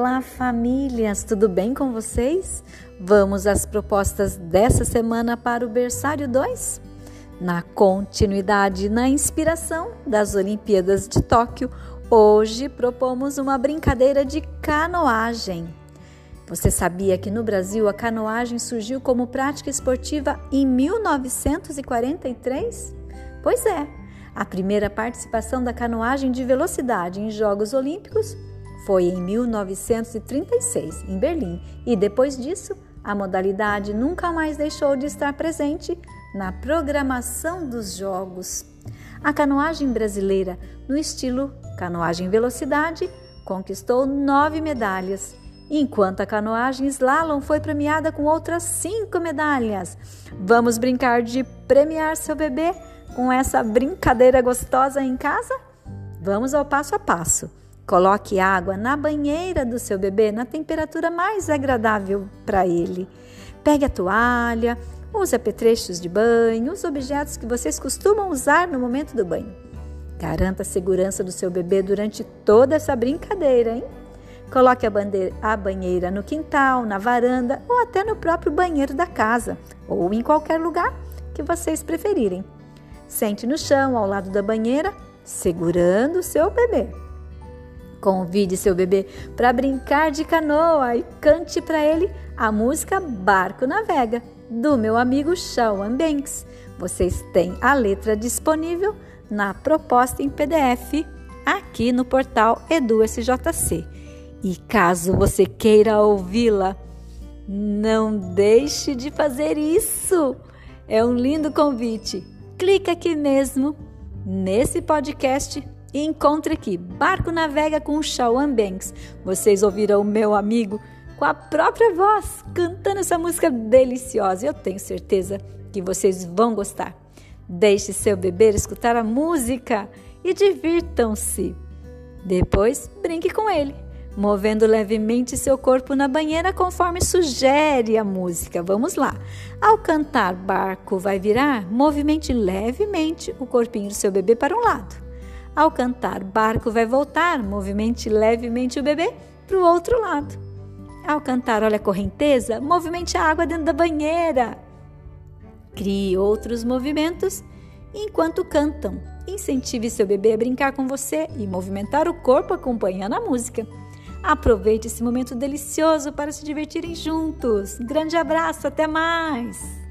Olá, famílias! Tudo bem com vocês? Vamos às propostas dessa semana para o Berçário 2? Na continuidade, na inspiração das Olimpíadas de Tóquio, hoje propomos uma brincadeira de canoagem. Você sabia que no Brasil a canoagem surgiu como prática esportiva em 1943? Pois é, a primeira participação da canoagem de velocidade em Jogos Olímpicos foi em 1936, em Berlim, e depois disso, a modalidade nunca mais deixou de estar presente na programação dos Jogos. A canoagem brasileira, no estilo canoagem velocidade, conquistou 9 medalhas, enquanto a canoagem slalom foi premiada com outras 5 medalhas. Vamos brincar de premiar seu bebê com essa brincadeira gostosa em casa? Vamos ao passo a passo. Coloque água na banheira do seu bebê na temperatura mais agradável para ele. Pegue a toalha, use apetrechos de banho, os objetos que vocês costumam usar no momento do banho. Garanta a segurança do seu bebê durante toda essa brincadeira, hein? Coloque a banheira no quintal, na varanda ou até no próprio banheiro da casa ou em qualquer lugar que vocês preferirem. Sente no chão ao lado da banheira, segurando o seu bebê. Convide seu bebê para brincar de canoa e cante para ele a música Barco Navega, do meu amigo Shawn Banks. Vocês têm a letra disponível na proposta em PDF aqui no portal EduSJC. E caso você queira ouvi-la, não deixe de fazer isso. É um lindo convite. Clica aqui mesmo nesse podcast e encontre aqui Barco Navega com o Shawn Banks. Vocês ouvirão o meu amigo com a própria voz cantando essa música deliciosa. Eu tenho certeza que vocês vão gostar. Deixe seu bebê escutar a música e divirtam-se. Depois, brinque com ele, movendo levemente seu corpo na banheira conforme sugere a música. Vamos lá. Ao cantar Barco vai virar, movimente levemente o corpinho do seu bebê para um lado. Ao cantar Barco vai voltar, movimente levemente o bebê para o outro lado. Ao cantar Olha a Correnteza, movimente a água dentro da banheira. Crie outros movimentos enquanto cantam. Incentive seu bebê a brincar com você e movimentar o corpo acompanhando a música. Aproveite esse momento delicioso para se divertirem juntos. Grande abraço, até mais!